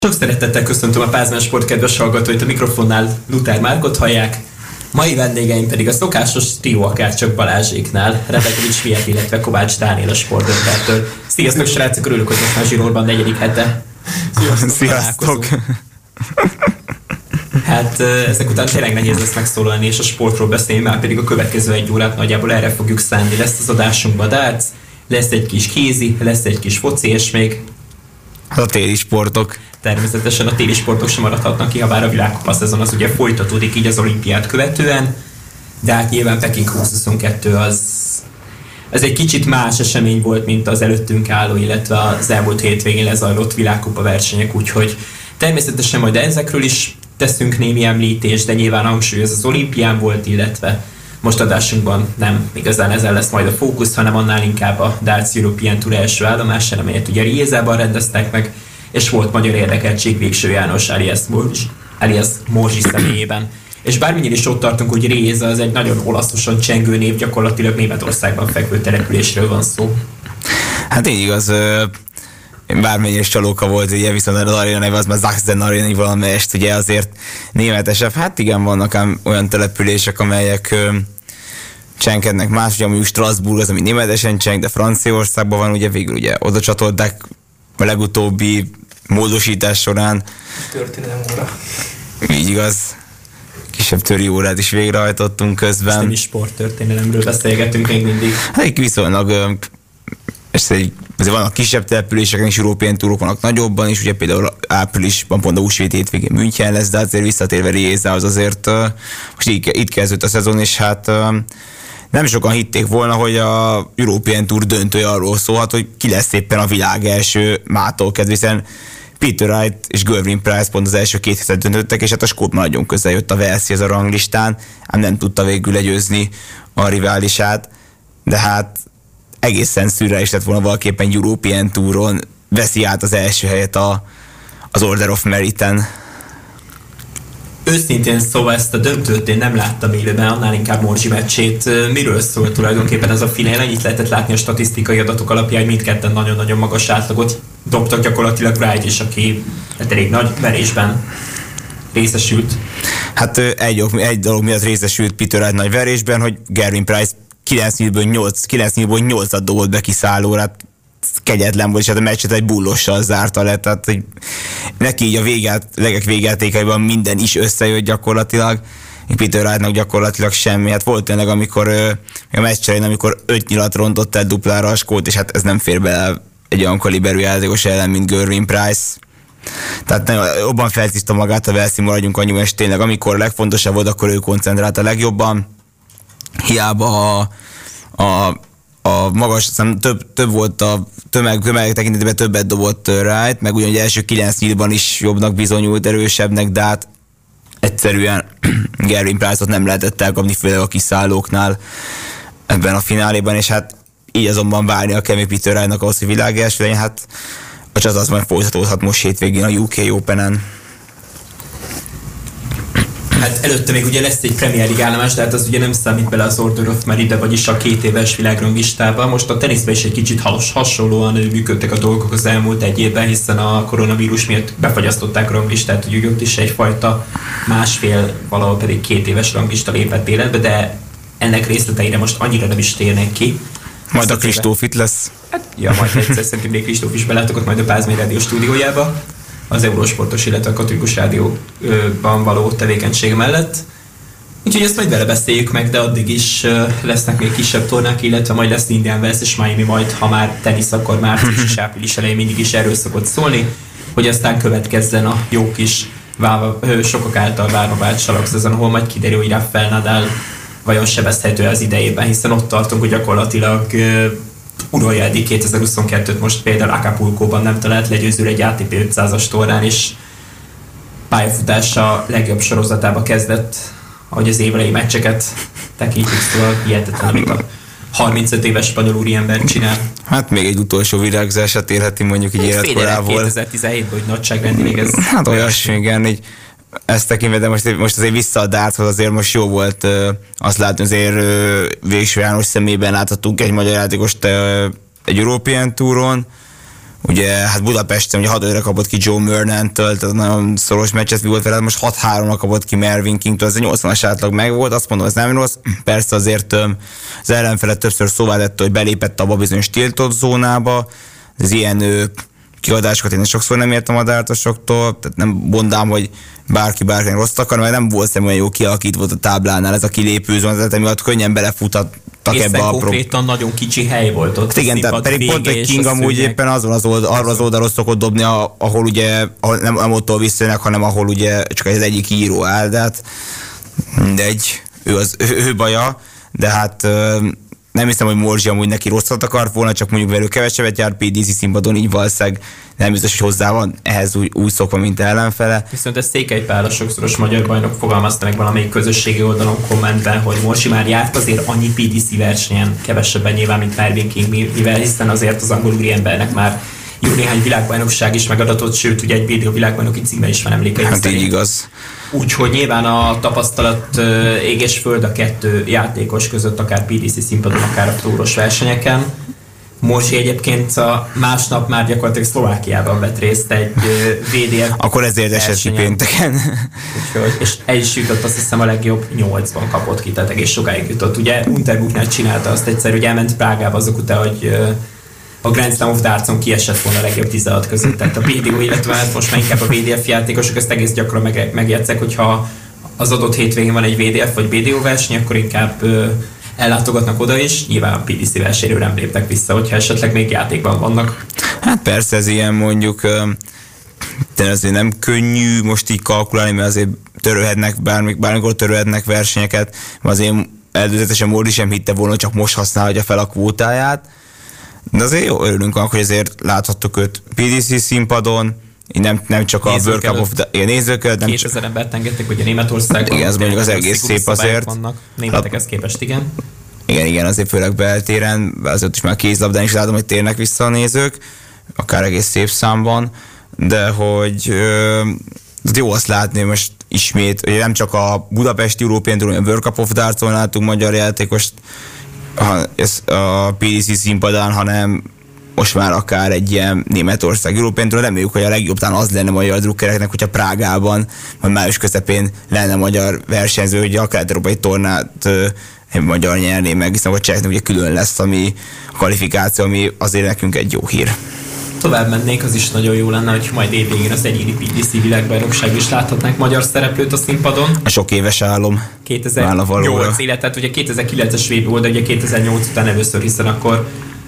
Sok szeretettel köszöntöm a Pázmány Sport kedves hallgatóit, a mikrofonnál Luther Márkot hallják. Mai vendégeim pedig a szokásos trió akárcsak Balázséknál, Rebekovics Miért, illetve Kovács Dániel a Sportdöntától. Sziasztok srácok, örülök, hogy most már zsinórban 4. hete. Sziasztok! Hát ezek után tényleg nehéz lesz megszólalni és a sportról beszélni, már pedig a következő 1 órát nagyjából erre fogjuk szánni. Lesz az adásunkban darts, lesz egy kis kézi, lesz egy kis foci, és még a téli sportok. Természetesen a téli sportok sem maradhatnak ki, ha bár a világkupa szezon az ugye folytatódik így az olimpiát követően, de hát nyilván Peking 2022 az egy kicsit más esemény volt, mint az előttünk álló, illetve az elmúlt hétvégén lezajlott világkupa versenyek, úgyhogy természetesen majd ezekről is teszünk némi említést, de nyilván hangsúly az olimpián volt, illetve most adásunkban nem igazán ezen lesz majd a fókusz, hanem annál inkább a Darts European Tour első állomásán, amelyet ugye Riezában rendeztek meg, és volt magyar érdekeltség Végső János alias Morzsi személyében. És bármennyire is ott tartunk, hogy Rieza az egy nagyon olaszosan csengő név, gyakorlatilag Németországban fekvő településről van szó. Hát így igaz, bármennyire is csalóka volt, ugye, viszont az aréna neve az már Sachsen Arena valamelyest, ugye azért németesebb. Hát igen, vannak ám olyan települések, amelyek csengkednek más, ugye mondjuk Strasbourg az, ami németesen cseng, de Franciaországban van, ugye végül ugye oda csatolták a legutóbbi módosítás során. Történelem óra. Így igaz. Kisebb töri órát is végrehajtottunk közben. És nem is sporttörténelemről beszélgetünk még mindig. Hát viszonylag azért vannak kisebb településeken is, European Tourok vannak nagyobban is, ugye például áprilisban pont a húsvét hétvégén München lesz, de azért visszatérve Riezához azért most itt kezdődött a szezon, és hát nem sokan hitték volna, hogy a European Tour döntője arról szólhat, hogy ki lesz éppen a világ első mától kezdve, hiszen Peter Wright és Gerwyn Price pont az első 2 hetet döntöttek, és hát a skót már nagyon közel jött a Velszi a ranglistán, ám nem tudta végül legyőzni a riválisát, de hát egészen szürreális lett volna valaképpen European Touron veszi át az első helyet az Order of Merit-en. Őszintén szóval ezt a döntőt én nem láttam élőben, annál inkább Morzsi meccsét. Miről szól tulajdonképpen ez a finál? Annyit lehetett látni a statisztikai adatok alapján, hogy mindketten nagyon-nagyon magas átlagot dobtak, gyakorlatilag Wright is, aki elég nagy verésben részesült. Hát egy dolog miatt részesült Peter Wright nagy verésben, hogy Gerwyn Price 9 nyílból 8-at dobott be kiszállóra, hát kegyetlen volt, és hát a meccset egy bullossal zárta le, tehát hogy neki így a legek végjátékaiban minden is összejött gyakorlatilag, Peter Wrightnak gyakorlatilag semmi. Hát volt tényleg, amikor a meccs elején, amikor 5 nyilat rontott el duplára a skót, és hát ez nem fér bele egy olyan kaliberű játékos ellen, mint Gerwyn Price. Tehát jobban feltiszta magát a Velszi, maradjunk annyi, és tényleg amikor legfontosabb volt, akkor ő koncentrált a legjobban. Hiába a magas, több volt a tömeg tekintetében, többet dobott Wright, meg ugyanúgy első 9 nyílban is jobbnak bizonyult, erősebbnek, de hát egyszerűen Gerwyn Price-ot nem lehetett elkapni, főleg a kiszállóknál ebben a fináléban, és hát így azonban várnia kell még Peter Wrightnak ahhoz, hogy világ első legyen, hát a csata az majd folytatódhat most hétvégén a UK Open-en. Hát előtte még ugye lesz egy Premier League állomás, de hát az ugye nem számít bele az Order of Merit-be, vagyis a 2 éves világranglistában. Most a teniszben is egy kicsit hasonlóan működtek a dolgok az elmúlt 1 évben, hiszen a koronavírus miatt befagyasztották a ranglistát, úgyhogy ott is egyfajta másfél, valahol pedig 2 éves ranglista lépett életbe, de ennek részleteire most annyira nem is térnek ki. Majd a Kristóf itt lesz. Hát, ja, majd egyszer szerintem Kristóf is belátogat majd a Pázmány Rádió stúdiójába, az Eurosportos, illetve a Katolikus Rádióban való tevékenység mellett. Úgyhogy ezt majd vele beszéljük meg, de addig is lesznek még kisebb tornák, illetve majd lesz Indian Wells és Miami, majd ha már tenisz, akkor március és április elején mindig is erről szokott szólni, hogy aztán következzen a jó kis sokak által várva vált salagszezon, ahol majd kiderül, hogy Rafael Nadal vajon sebezhető az idejében, hiszen ott tartunk, hogy gyakorlatilag uralja eddig 2022-t, most például Acapulcóban nem talált legyőzőre egy ATP 500-as tornán, és pályafutása legjobb sorozatába kezdett, ahogy az évelei meccseket tekintjük, szóval hihetetlen, amit a 35 éves spanyol úriember csinál. Hát még egy utolsó virágzását érheti mondjuk így életkorából. 2017-ben, hogy nagyságrendileg ez... Hát olyasmi, igen, így ezt tekintve, de most azért vissza a dartshoz, azért most jó volt azt látni, azért Végső János szemében láthatunk egy magyar játékost egy European Touron, ugye hát Budapesten ugye 6-5-re kapott ki Joe Murnantől, tehát nagyon szoros meccset volt vele, most 6-3-ra kapott ki Mervyn Kingtől, ez a 80-as átlag megvolt, azt mondom, ez nem rossz, persze azért az ellenfele többször szóvá tette, hogy belépett abba bizonyos tiltott zónába, az ilyen kiadásokat én sokszor nem értem a dártosoktól, tehát nem mondám, hogy bárkinek rossz akar, mert nem volt olyan jó kialakítva a táblánál ez a kilépő zóna, tehát emiatt könnyen belefuthattak ebbe a konkrétan nagyon kicsi hely volt ott. Igen, tehát pedig pont egy King amúgy éppen arra az oldalról szokott dobni, ahol ugye nem ottól visszajönnek, hanem ahol ugye csak az egyik író áll, de hát mindegy, ő baja, de hát nem hiszem, hogy Morzsi amúgy neki rosszat akart volna, csak mondjuk velük kevesebbet jár PDC színpadon, így valószínűleg nem biztos, hogy hozzá van ehhez úgy szokva, mint ellenfele. Viszont ez Székely Pál, a sokszoros magyar bajnok fogalmazta meg valamelyik közösségi oldalon kommentben, hogy Morzsi már járt azért annyi PDC versenyen, kevesebben nyilván, mint Mervyn King, mivel hiszen azért az angol úriembernek már jó néhány világbajnokság is megadatott, sőt, ugye egy BDO világbajnoki címe is van emlékeim szerint. Hát így igaz. Úgyhoég nyilván a tapasztalat ég és föld a kettő játékos között, akár PDC színpadon, akár a túros versenyeken. Morzsi egyébként a másnap már gyakorlatilag Szlovákiában vett részt egy VDF. Akkor ezért esett ki pénteken. Úgyhogy, és el is jutott, azt hiszem a legjobb 8-ban kapott ki, tehát egész sokáig jutott. Ugye Unterbuchnál csinálta azt egyszer, hogy elment Prágába azok után, hogy a Grand Slam of Dartson kiesett volna a legjobb 16 között. Tehát a BDO, illetve hát most már inkább a VDF játékosok ezt egész gyakran megjegyzek, hogyha az adott hétvégén van egy VDF vagy BDO verseny, akkor inkább ellátogatnak oda is, nyilván a PDC versenyről nem léptek vissza, hogyha esetleg még játékban vannak. Hát persze ez ilyen mondjuk, de azért nem könnyű most így kalkulálni, mert azért törölhetnek, bármikor törölhetnek versenyeket, mert azért előzetesen Mordi sem hitte volna, csak most használja fel a kvótáját. De azért jó, örülünk annak, hogy azért láthattuk őt PDC színpadon, nem csak a World Cup of nézőköd. 2000 embert engedtek ugye Németországban. Igen, ez mondjuk az egész szép azért. Vannak. Németekhez képest, igen. Igen, azért főleg beltéren, azért is már kézlabdán is látom, hogy térnek vissza a nézők, akár egész szép számban, de hogy jó azt látni most ismét, hogy nem csak a Budapesti European Tour, a World Cup of Dartson látunk magyar játékost a PDC színpadán, hanem most már akár egy ilyen Németország European Tour, reméljük, hogy a legjobb talán az lenne magyar drukkereknek, hogyha Prágában, vagy május közepén lenne magyar versenyző, hogy a kelet-európai tornát magyar nyerné meg, hiszen a cseheknek ugye külön lesz a kvalifikáció, ami azért nekünk egy jó hír. Tovább mennék, az is nagyon jó lenne, hogy majd évvégén az egyéni PDC világbajnokság is láthatnánk magyar szereplőt a színpadon. A sok éves álom. 2008 élet, tehát ugye 2009-es VB volt, de ugye 2008 után először, hiszen akkor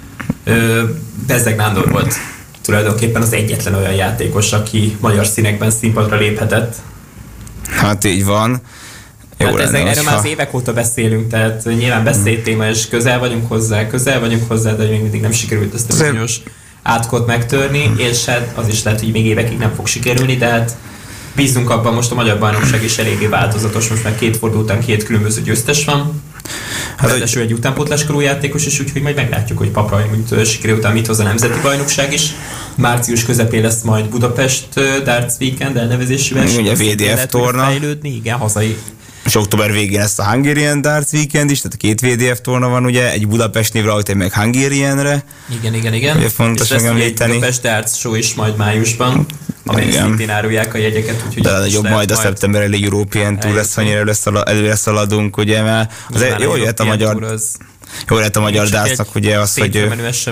Bezzeg Nándor volt tulajdonképpen az egyetlen olyan játékos, aki magyar színekben színpadra léphetett. Hát így van. Hát erről már az évek óta beszélünk, tehát nyilván beszédtéma, és közel vagyunk hozzá, de még mindig nem sikerült ezt a bizonyos átkot megtörni, és hát az is lehet, hogy még évekig nem fog sikerülni, de hát bízunk abban, most a magyar bajnokság is eléggé változatos, most már 2 forduló után 2 különböző győztes van. Ráadásul egy utánpótláskorú játékos is, úgyhogy majd meglátjuk, hogy Paprai sikerül után mit hoz a nemzeti bajnokság is. Március közepén lesz majd Budapest Darts Weekend elnevezésű verseny. Ugye VDF torna. Fejlődni, igen, hazai. És október végén lesz a Hungarian Darts Weekend is, tehát 2 VDF torna van, ugye, egy Budapest névre, ahogy meg Hungarianre. Igen. Ugye fontos megemlíteni. Egy Budapest Darts Show is majd májusban, amely szintén árulják a jegyeket. De nagyobb majd a szeptember elég European Tour lesz, annyira előre szaladunk, ugye, mert jól jött a magyar... Jó lett a magyar dartsnak, ugye az, hogy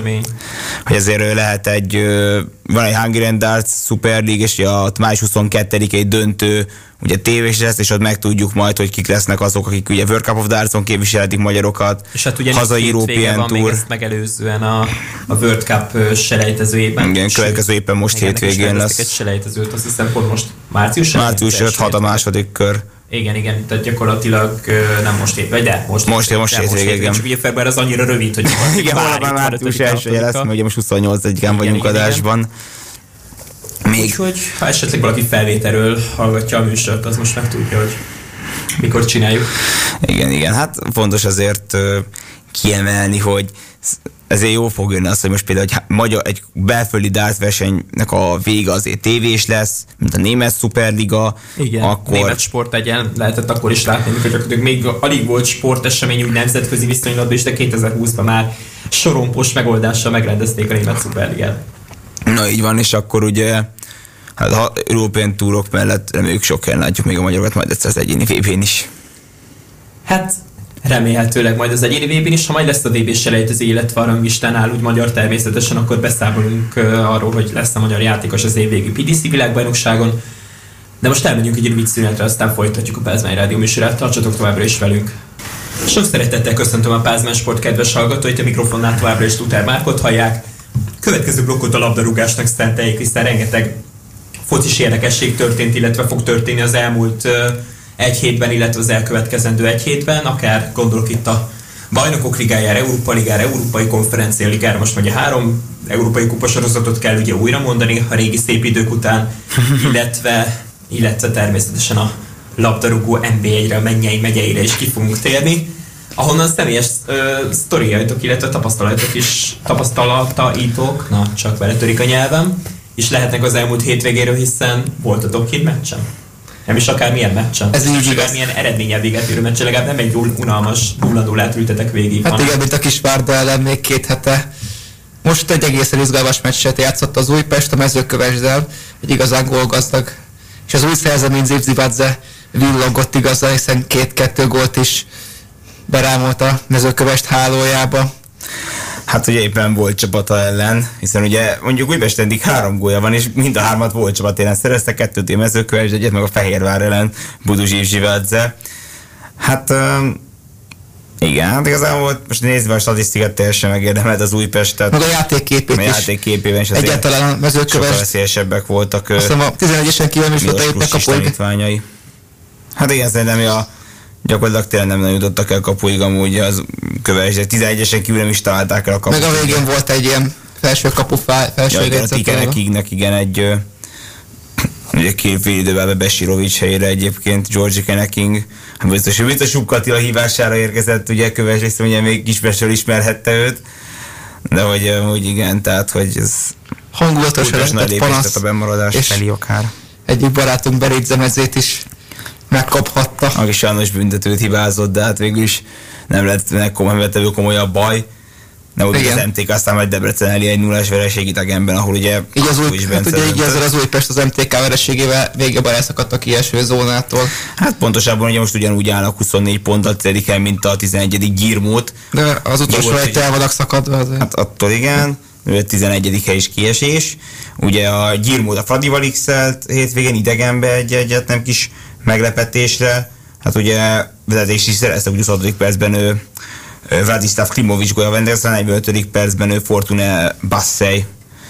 ezért lehet van egy Hungarian Darts Super League, és a május 22-i döntő, ugye tévés lesz, és ott megtudjuk majd, hogy kik lesznek azok, akik ugye World Cup of Dartson képviselhetik magyarokat. És hát ugye hazai European van Tour. Még ezt megelőzően a World Cup selejtezőjében. Igen, következő éppen most hétvégén lesz. Egy selejtezőt, azt hiszem pont most március 5 6 a második kör. Igen, tehát gyakorlatilag nem most hétvégén, de most hétvégén, igen. Csak ugye február az annyira rövid, hogy igen, valami március elsője lesz, mert ugye most 28-án vagyunk adásban. Úgyhogy ha esetleg valaki felvételről hallgatja a műsort, az most meg tudja, hogy mikor csináljuk. Igen, hát fontos azért kiemelni, hogy ezért jó fog jönni az, hogy most például egy belföldi darts versenynek a vége azért tévés lesz, mint a német szuperliga. Igen, akkor... német sportegyen lehetett akkor is látni, amikor gyakorlatilag még alig volt sportesemény úgy nemzetközi viszonylatban is, de 2020-ban már sorompos megoldással megrendezték a német szuperligát. Na így van, és akkor ugye hát ha European Tourok mellett reméljük sok helyen látjuk még a magyarokat, majd egyszer az egyéni VB-n is. Hát remélhetőleg majd az egyéni VB-n is, ha majd lesz a VB selejtező, illetve a ranglistánál úgy magyar természetesen, akkor beszámolunk arról, hogy lesz a magyar játékos az évvégi PDC világbajnokságon. De most elmegyünk egy rövid szünetre, aztán folytatjuk a Pázmány Rádió műsorát, tartsatok továbbra is velünk. Sok szeretettel köszöntöm a Pázmány Sport kedves hallgatóit, a mikrofonnál továbbra is Luther Márkot hallják. Következő blokkot a labdarúgásnak szenteljék, hiszen rengeteg focis érdekesség történt, illetve fog történni az elmúlt egy hétben, illetve az elkövetkezendő egy hétben, akár gondolok itt a Bajnokok Ligájára, Európa Ligára, Európai Konferencia Ligára, most ugye 3 európai kupasorozatot kell ugye újra mondani a régi szép idők után, illetve természetesen a labdarúgó NB1-re, a Mennyei megyeire is ki fogunk térni, ahonnan személyes sztoriaitok, illetve tapasztalataitok, na csak beletörik a nyelvem, és lehetnek az elmúlt hétvégéről, hiszen volt a Top Kid meccsen. Nem is akármilyen meccsen. Ez így igaz. Milyen eredménnyel véget érő meccsen, legalább nem egy unalmas 0-0-át ültetek végig. Hát igen, mint a Kisvárda ellen még 2 hete. Most egy egészen izgalmas meccset játszott az Újpest a Mezőkövesddel, egy igazán gólgazdag. És az új szerzemény Zivzivadze villogott igazán, hiszen 2-2 gólt is berámolt a Mezőkövesd hálójába. Hát ugye éppen volt csapata ellen, hiszen ugye mondjuk Újpest eddig 3 gólja van, és mind a 3-at volt csapat ellen szerezte, 2 Mezőkövesd, egyet meg a Fehérvár ellen Budu Zivzivadze. Hát igen, hát igazából most nézve a statisztikát teljesen megérdemelt az Újpestet. Meg a játékképét is. A játékképében is azért egyáltalán a Mezőkövesd sokkal veszélyesebbek voltak. Azt hiszem a 11-esen kívül is jutottak kapuig. Hát igen, szerintem gyakorlatilag tényleg nem nagyon jutottak el kapuig amúgy az Kövesd, de 11-esen kívül nem is találták el a kaput. Meg a végén volt egy ilyen felső kapu Kignek igen, egy ugye két fél időben Besirovics helyére egyébként Georgi Keneking, biztos Subka Attila hívására érkezett, ugye Kövesd, és ugye még Kispestről ismerhette őt, de hogy igen, tehát hogy ez hangulatosan lett panasz, a bemaradás felé akár. Egyik barátunk Berédzemezét is megkaphatta. Aki sajnos büntetőt hibázott, de hát végül is nem lett komolyabb baj. De úgy az MTK aztán majd Debrecen elé egy 0-as vereség Itagenben, ahol ugye így az Újpest az MTK vereségével végében elszakadt a kieső zónától. Hát pontosabban ugye most ugyanúgy állnak 24 ponttal 10. helyen, mint a 11. Gyirmót. De az utolsó egy el vannak szakadva azért. Hát attól igen, ő 11. hely is kiesés. Ugye a Gyirmót a Fradival x-elt hétvégén idegenbe egy nem kis meglepetésre. Hát ugye vezetés is szerezte, hogy 26. percben ő Vladislav Klimovics gólya vendég, aztán 45. percben ő Fortuna Basszej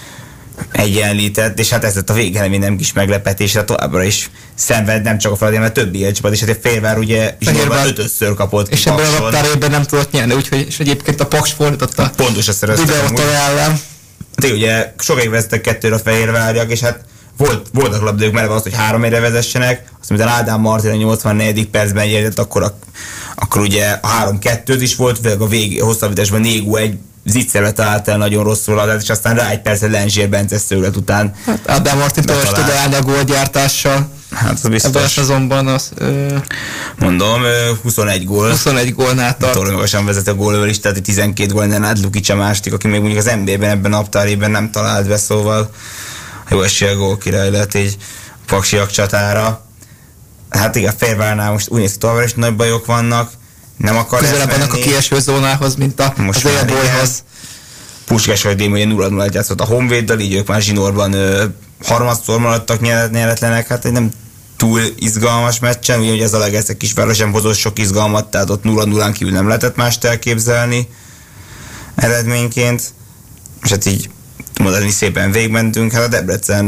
egyenlített, és hát ez lett a végeredmény nem kis meglepetésre, továbbra is szenved nem csak a Fradi, mert többi csapat, és hát a Fehérvár ugye Zsinórban 5-ször kapott ki. És ebben a naptárében nem tudott nyerni, úgyhogy és egyébként a Paks fordította pontosan szereztek ellen. Hát ugye sokáig vezettek 2-re a Fehérváriak, és hát voltak labdők mellett az, hogy 3-1-re vezessenek, azt mondta Ádám Martin a 84. percben értett, akkor ugye a 3-2 is volt, főleg a hosszabbításban Négó egy zicserbe talált el nagyon rosszul adát, és aztán rá egy percet Lenzsér Bence szőlet után. Hát Ádám Martin tovább tud állni a gólgyártással. Hát az biztos. Ebben a szezonban az... Mondom, 21 gól. 21 gólnál tart. Torony magasan vezet a gólövelistát, 12 gól, nem át Lukic a második, aki még mondjuk az NBA-ben ebben a naptárében nem talált be, szóval jó esélye gólkirály lett így Paksiak csatára. Hát igen, Fehérvárnál most úgy néz ki, továbbra is nagy bajok vannak, nem akar közelebb vannak a kieső zónához, mint az élbolyhoz. Puskás vagy Dém ugye 0-0 játszott a Honvéddal, így ők már zsinórban harmadszor maradtak nyeretlenek, hát egy nem túl izgalmas meccsen, ugye az Zalaegerszeg Kisvárda sem hozott sok izgalmat, tehát ott 0-0-án kívül nem lehetett mást elképzelni eredményként, és hát így mondani szépen végmentünk, hát a Debrecen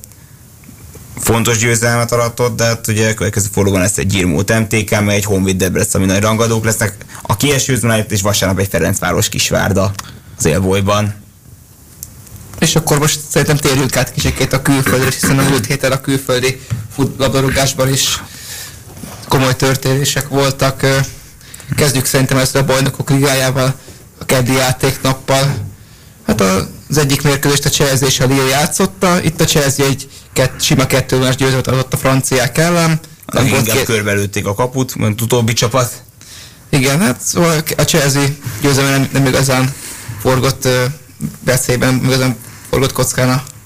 fontos győzelmet aratott, de hát ugye a következő fordulóban lesz egy Gyirmót MTK, meg egy Honvéd Debrecen, ami nagy rangadók lesznek. A kieső zónáját és vasárnap egy Ferencváros Kisvárda az élbolyban. És akkor most szerintem térjünk át kicsikét a külföldre, hiszen a múlt héten a külföldi labdarúgásban is komoly történések voltak. Kezdjük szerintem ezt a Bajnokok Ligájával, a keddi játéknappal. Hát az egyik mérkőzést a Chelsea és a Lille játszotta. Itt a Chelsea egy sima 2-0-as győzelmet adott a franciák ellen. Inkább körbelőtték a kaput, mint utóbbi csapat. Igen, hát szóval a Chelsea győzelme nem igazán forgott veszélyben, nem igazán forgott kockán a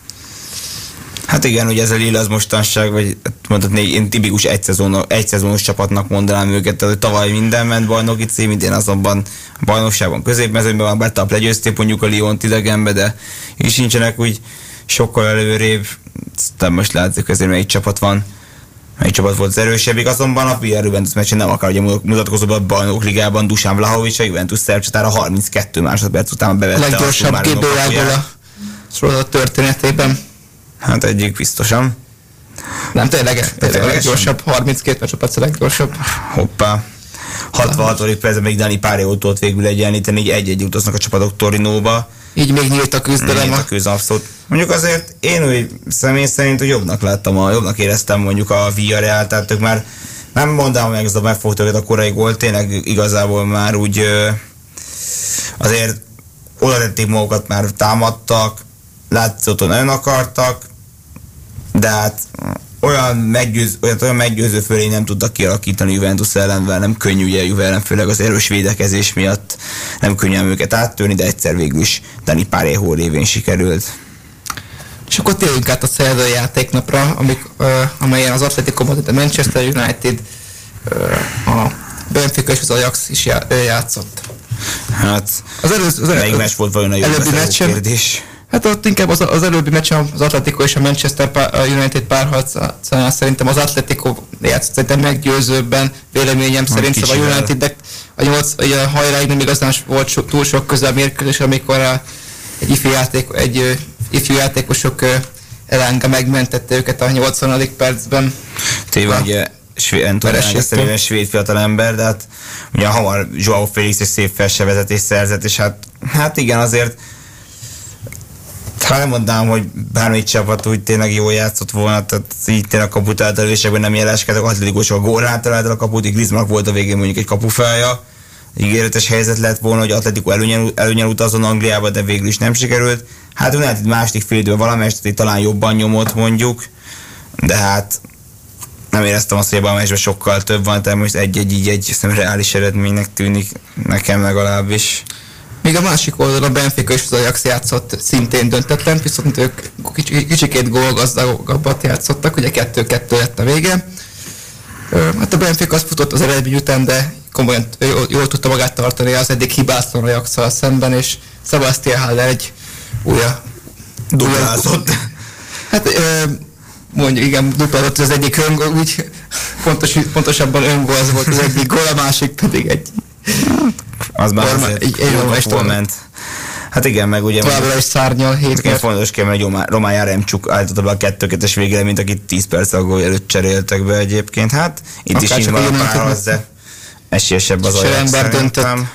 Hát igen, ugye ez a Lille az mostanság, vagy mondhatni, én tipikus egyszezonos csapatnak mondanám őket, tehát hogy tavaly minden ment bajnoki cím, idén azonban a bajnokságban középmezőnyben van, bár tap legyőzték mondjuk a Lyont idegenbe, de így sincsenek úgy sokkal előrébb, aztán most látszik azért melyik csapat volt az erősebbik, azonban a Villarreal Juventus meccsen nem akar ugye mutatkozóban a bajnokligában Dusan Vlahovic, a Juventus szerbcsatára 32 másodperc után bevette a leggyorsabb GBA-gól a sorozat történetében. Hát egyik biztosan. Nem, tényleg a leggyorsabb, 32 másodperc a leggyorsabb. Hoppá. 66. percben még Dani Parejo tudott végül egyenlíteni, így egy-egy utaznak a csapatok Torinóba. Így még nyílt a küzdelem. Abszolút. Mondjuk azért én úgy személy szerint, hogy jobbnak éreztem mondjuk a Villarreal, tehát ők már nem mondanám meg, hogy megfogta őket a korai gólt, tényleg igazából már úgy azért oda tették magukat, már támadtak, látszott, hogy nagyon akartak, de hát olyan meggyőző fölé nem tudtak kialakítani Juventus ellenvel, nem könnyű ugye Juve, főleg az erős védekezés miatt nem könnyű őket áttörni, de egyszer végül is Dani Parejo révén sikerült. És akkor térjünk át a szerdai játéknapra, amelyen az Atletico Madrid, a Manchester United, a Benfica és az Ajax is játszott. Hát, melyik meccs volt vajon a előbbi kérdés? Hát ott inkább az előbbi meccsen az Atletico és a Manchester United párharcán szerintem az Atletico játszott szerintem meggyőzőbben, véleményem szerint, szóval a Unitednek a hajráig nem igazán volt túl sok közel mérkőzés, amikor egy ifjú játékosok Elanga megmentette őket a 80. percben. Tényleg ugye svéd fiatalember, de hát ugye hamar Joao Félix egy szép felsevezetés szerzett, és hát igen, azért nem mondanám, hogy bármelyik csapat úgy tényleg jól játszott volna, tehát így tényleg kaput eltelésekben nem jeleskedtek, Atlético a gólnál találta a kaput, Griezmann volt a végén mondjuk egy kapufája, ígéretes helyzet lett volna, hogy Atletico előnyen utazzon Angliába, de végül is nem sikerült. Hát United második fél időben valamelyest talán jobban nyomott mondjuk, de hát nem éreztem azt, hogy ebben a meccsben sokkal több van, tehát most egy reális eredménynek tűnik nekem legalábbis. Még a másik oldalon a Benfica és az Ajax játszott szintén döntetlen, viszont ők kicsikét gólgazdagabbat játszottak, ugye 2-2 lett a vége. Hát a Benfica az futott az eredmény után, de komolyan jól tudta magát tartani az eddig hibátlan Ajax-szal szemben, és Sebastian Haller egy duplázott. Hát mondjuk igen, duplázott az egyik úgy pontosabban öngól az volt az egyik gól, a másik pedig egy az már azért ment. Hát igen, meg ugye... Továbbra is szárnyal 7 méter. Fontos kiemelni, hogy Román Jaremcsuk állította be a 2-2-es végére, mint akit 10 perc a gól előtt cseréltek be egyébként. Hát itt is így van a párharc, de esélyesebb az Ajax szerintem.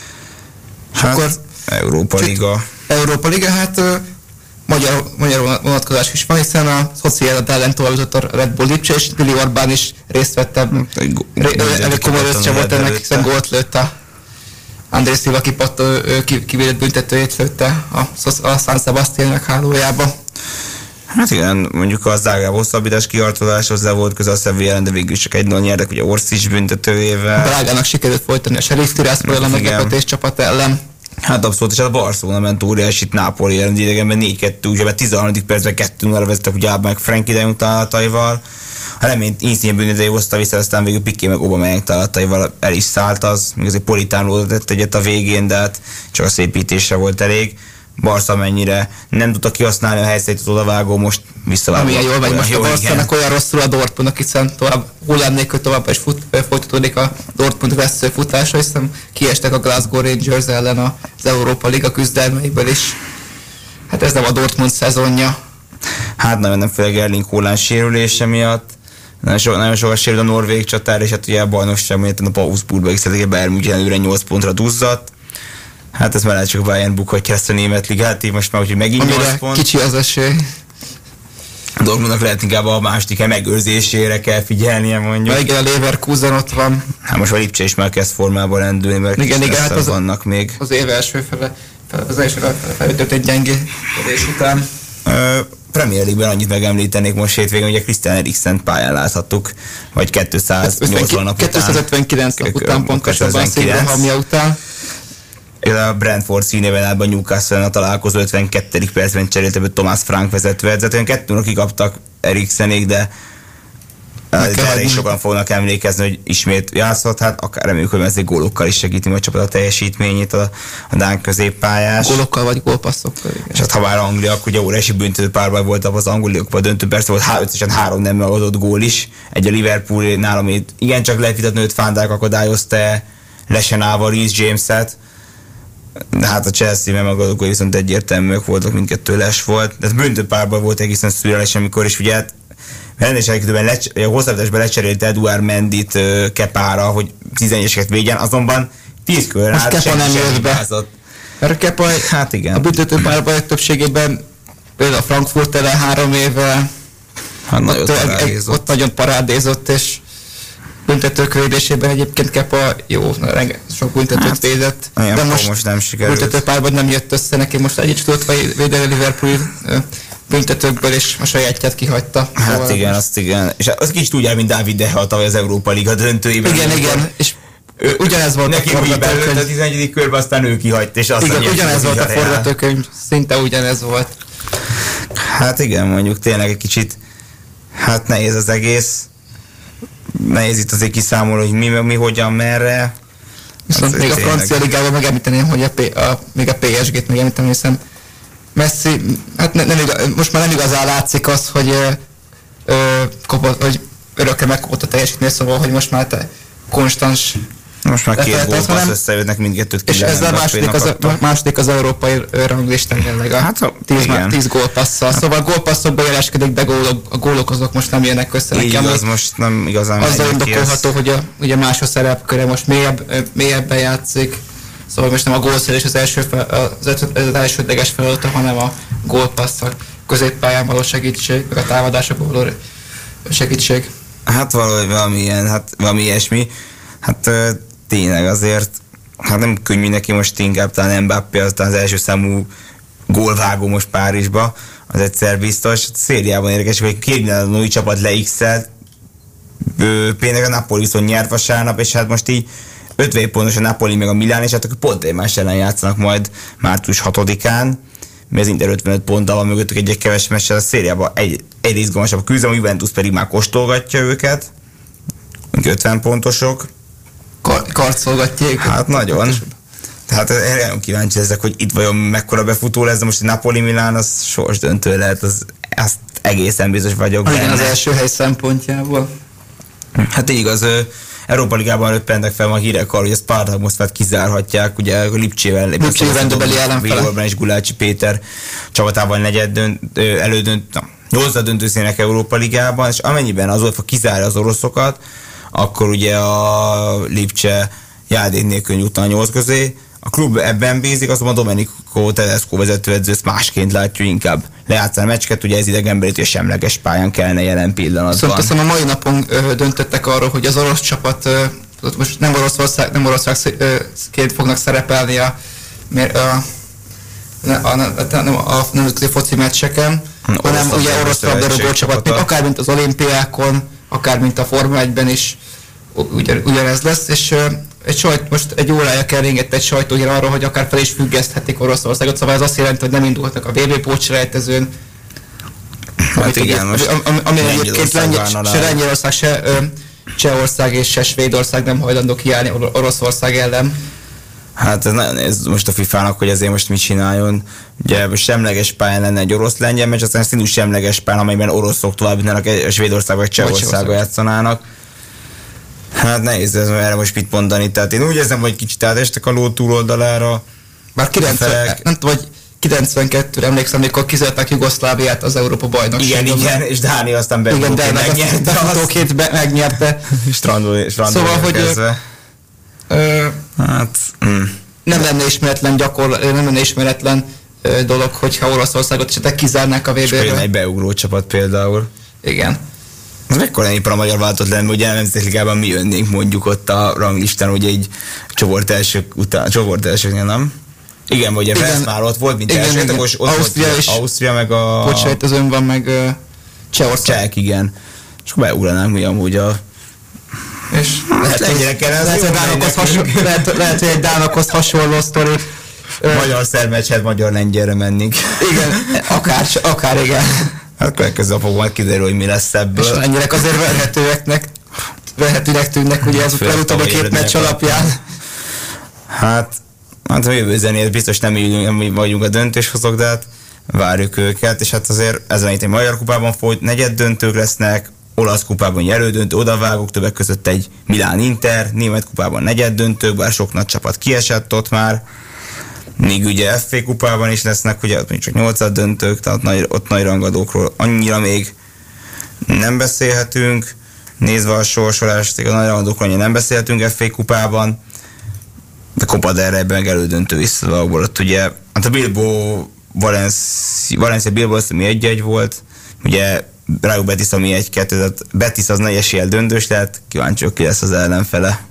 Hát akkor Európa Liga, hát magyar vonatkozás is van, hiszen a Sociedad ellen tovább jutott a Red Bull Lipcse, és Willi Orbán is részt vett. Elég komoly össze volt ennek, hiszen gólt lőtt a Andrés Silva kivédett büntetőjét lőtte a San Sebastián hálójába. Hát igen, mondjuk a Zágráb hosszabbítás kiharcoláshoz le volt közel a Sevilla ellen, de végül csak 1-0 nyertek, ugye Orsic büntetőjével. Bragának sikerült folytani a Sheriff Tiraspol a meglepetés csapat ellen. Hát abszolút, és a Barcelona ment óriási itt Nápoli ellen, idegenben 4-2, ugye 13. percben 2-0-ra vezettek, ugye meg Frenkie de Jong találataival. A reményt Insigne bűnözői hozta vissza, aztán végül Piqué meg Aubameyang találataival el is szállt az, még azért Politánó tett egyet a végén, de hát csak a szépítésre volt elég. Barca mennyire nem tudta kihasználni a helyzetét, az odavágó, most visszavágó. Amilyen jól megy most a Barcának, olyan rosszul a Dortmundnak, hiszen tovább hullám nélkül továbbra is folytatódik a Dortmund vesző futása, hiszen kiestek a Glasgow Rangers ellen az Európa Liga küzdelmeiből is. Hát ez nem a Dortmund szezonja. Hát nem főleg Erling Haaland sérülése miatt. Nagyon sokat sérült a norvég csatár, és hát ugye a bajnokság miatt a Augsburgba is a Bayern München előre 8 pontra duzzadt. Hát ez már lehet csak Bayern bukhatja ezt a német ligát, így most már úgyhogy megint 8 pont. Kicsi az esély. A Dortmundnak lehet inkább a második hely megőrzésére kell figyelnie mondjuk. Igen, a Leverkusen ott van. Hát most a Lipcse is már kezd formában rendülni, mert igen, hát vannak még. Az év első fele felütött egy gyengédés után. Premier League-ben annyit megemlítenék most hétvégén, hogy a Christian Eriksen pályán láthattuk, vagy 280 nap után. 259 nap után, pontosabban Székben után. a Brentford színében állt a Newcastle-en a találkozó 52. percben cserélte be Thomas Frank vezetőedzetően. 2-0 kikaptak Eriksenék, de erre is sokan fognak emlékezni, hogy ismét játszott, hát akár reméljük, hogy ezért gólokkal is segíti majd a csapat a teljesítményét a dán középpályás. Gólokkal vagy gólpasszokkal. És hát ha már Anglia, akkor ugye óriási büntető párbaj volt az angoliakban, döntő persze volt, összesen 3 nem megadott gól is. Egy a Liverpool nálam igencsak lehet vitatni, hogy Van Dijk akadályozta Lesenával Reece James-et. Hát a Chelsea-ben megadott gól viszont egyértelműek voltak, mindkettő Les volt. De büntető párbaj volt egészen szürreális, amikor is ugye rendesen a hosszabbításban lecserélte Eduard Mendit Kepára, hogy 11-eseket védjen, azonban 10 körön át Kepa nem jött be. Mert Kepa hát igen. A büntető párbaj többségében például a Frankfurt ellen 3 éve hát ott nagyon parádézott, és büntetők védésében egyébként Kepa jó, sok büntetőt védett. De most nem sikerült. Büntető párbaj nem jött össze neki, most egyet tudott védeni Liverpool büntetőkből, és a sajátját kihagyta. Hát szóval igen, azt igen. És az kicsit úgy áll, mint Dávid De Gea tavaly az Európa Liga döntőjében. Igen, és ugyanez volt neki a forgatókönyv. A 11. körben aztán ő kihagyta, és azt igen, ugyanez volt a forgatókönyv, szinte ugyanez volt. Hát igen, mondjuk tényleg egy kicsit hát nehéz az egész. Nehéz itt azért kiszámolni, hogy mi hogyan, merre. Viszont még a francia ligában megemlíteném, hogy még a PSG-t megemlíteném, hiszen Messi, hát most már nem igazán látszik az, hogy örökre megkapott a teljesítmény, szóval, hogy most már konstans. Most már 2 gólpassz összejönnek, mindkettőt ki. És ezzel második az európai ranglistán jelenleg a 10 gólpasszal. Szóval a gólpasszokban jeleskedik, de a gólok azok most nem jönnek össze nekem. Az most nem igazán azzal indokolható, hogy ugye más a szerepköre, most mélyebben játszik. Szóval most nem a gólszerzés az elsődleges feladata, hanem a gólpassz, a középpályán való segítség, meg a támadásokban való segítség. Hát valami ilyesmi. Hát tényleg azért, hát nem könnyű neki most inkább, talán Mbappé aztán az első számú gólvágó most Párizsba, az egyszer biztos. A szériában érdekes, hogy két új csapat lex-elt, például a Napoli viszont nyert vasárnap, és hát most így 50 pontos a Napoli meg a Milán, és hát akkor pont egymás ellen játszanak majd március 6-án, mert az Inter 55 ponttal van mögöttük egy keves meccsel, a szériában egy izgalmasabb a küzdelem, a Juventus pedig már kóstolgatja őket, 50 pontosok. Karcolgatják. Hát nagyon. Tehát nagyon kíváncsi ezek, hogy itt vajon mekkora befutó lesz, de most a Napoli-Milán az sorsdöntő lehet, azt egészen biztos vagyok benne. Igen, az első hely szempontjából. Hát így igaz, Európa Ligában röppentek fel ma hírek arra, hogy a Spartak Moszkvát kizárhatják, ugye a Lipcsével rendőbeli ellenfele. És Gulácsi Péter csapatával nyolcad döntőszének Európa Ligában, és amennyiben az volt, ha kizárja az oroszokat, akkor ugye a Lipcse játék nélkül jutna a 8 közé. A klub ebben bízik, azonban Domenico Tedesco vezetőedző ezt másként látja, inkább lejátszani a meccseket, ugye ez idegenben hogy a semleges pályán kellene jelen pillanatban. Szóval aztán a mai napon döntöttek arról, hogy az orosz csapat most nem Oroszországként fognak szerepelni a nemzetközi foci meccseken, hanem ugye orosz labdarúgó csapat, akár mint az olimpiákon, akár mint a Forma 1-ben is ugyanez lesz, és most egy órája keringett egy sajtóhír arról, hogy akár fel is függeszthetik Oroszországot, szóval ez azt jelenti, hogy nem indulhatnak a VB pótselejtezőn. Hát igen, ami egyébként se Lengyelország, se Csehország és se Svédország nem hajlandó kiállni Oroszország ellen. Hát ez nagyon néz most a FIFA-nak, hogy azért most mit csináljon. Ugye semleges pályán lenne egy orosz-lengyel meccs, aztán színű semleges pályán, amelyben oroszok tovább jutnának, Svédország vagy Csehországba játszanának. Hát nehéz ez erre most mit mondani, tehát én úgy érzem, hogy kicsit átestek a ló túloldalára. Bár 92-re emlékszem, amikor kizöltek Jugoszláviát az Európa bajnokságon. Igen, és Dánia aztán befutóként megnyerte. Strandol szóval, hogy nem lenne ismeretlen dolog, hogyha Oroszországot esetleg kizárnák a VB-ről. És egy beugró csapat például. Igen. Az mekkora éppen a magyar váltott lenne, ugye a Nemzeti Ligában mi jönnénk mondjuk ott a ranglistán, ugye egy csoport elsőknél, nem? Igen, ugye Vesz már ott volt, mint első, akkor ott Ausztria meg a... Pótselejtezőn van, meg Csehország. Csehek, igen. És akkor beugranánk mi amúgy a És lehet, hogy egy dánokhoz hasonló sztori. Magyar-szerb magyar-lengyelre mennénk. Igen, akár igen. Hát következő fog majd kiderül, hogy mi lesz ebből. És a lengyelek azért verhetőnek tűnnek, ugye az utóbbi két meccs alapján. Hát a jövő zenét biztos nem mi vagyunk a döntéshozók, de hát várjuk őket, és hát azért ezen itt egy Magyar Kupában negyed döntők lesznek, Olasz Kupában elődöntő, odavágók, többek között egy Milán-Inter, Német Kupában negyed döntők, bár sok nagy csapat kiesett ott már, még ugye FA Kupában is lesznek, ugye ott csak 8 döntők, tehát ott nagy rangadókról annyira még nem beszélhetünk, nézve a sorsolást, a nagy rangadókról annyira nem beszélhetünk FA Kupában, de Copa del Reyben elődöntő visszavagból, ott ugye, hát a Bilbao Valencia Bilbao az, ami 1-1 volt, ugye Rayo Betis, ami 1-2, tehát Betis az nagy eséllyel döntős lehet, kíváncsiak ki lesz az ellenfele.